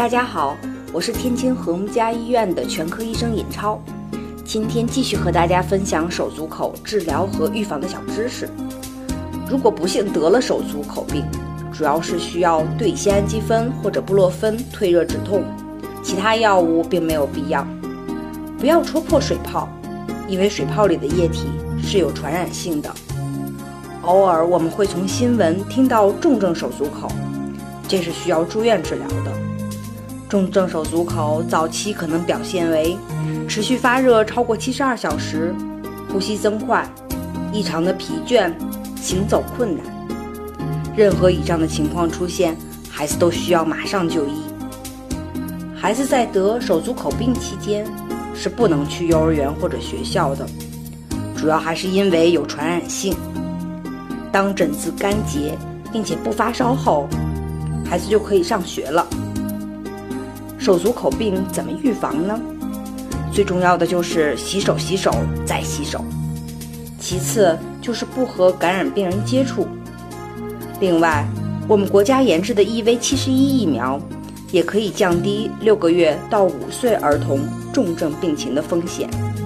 大家好，我是天津和睦家医院的全科医生尹超，今天继续和大家分享手足口治疗和预防的小知识。如果不幸得了手足口病，主要是需要对酰氨基酚或者布洛芬退热止痛，其他药物并没有必要。不要戳破水泡，因为水泡里的液体是有传染性的。偶尔我们会从新闻听到重症手足口，这是需要住院治疗的。重症手足口早期可能表现为持续发热超过72小时，呼吸增快，异常的疲倦，行走困难。任何以上的情况出现，孩子都需要马上就医。孩子在得手足口病期间是不能去幼儿园或者学校的，主要还是因为有传染性。当疹子干结并且不发烧后，孩子就可以上学了。手足口病怎么预防呢？最重要的就是洗手再洗手，其次就是不和感染病人接触。另外，我们国家研制的 EV71 疫苗也可以降低6个月到5岁儿童重症病情的风险。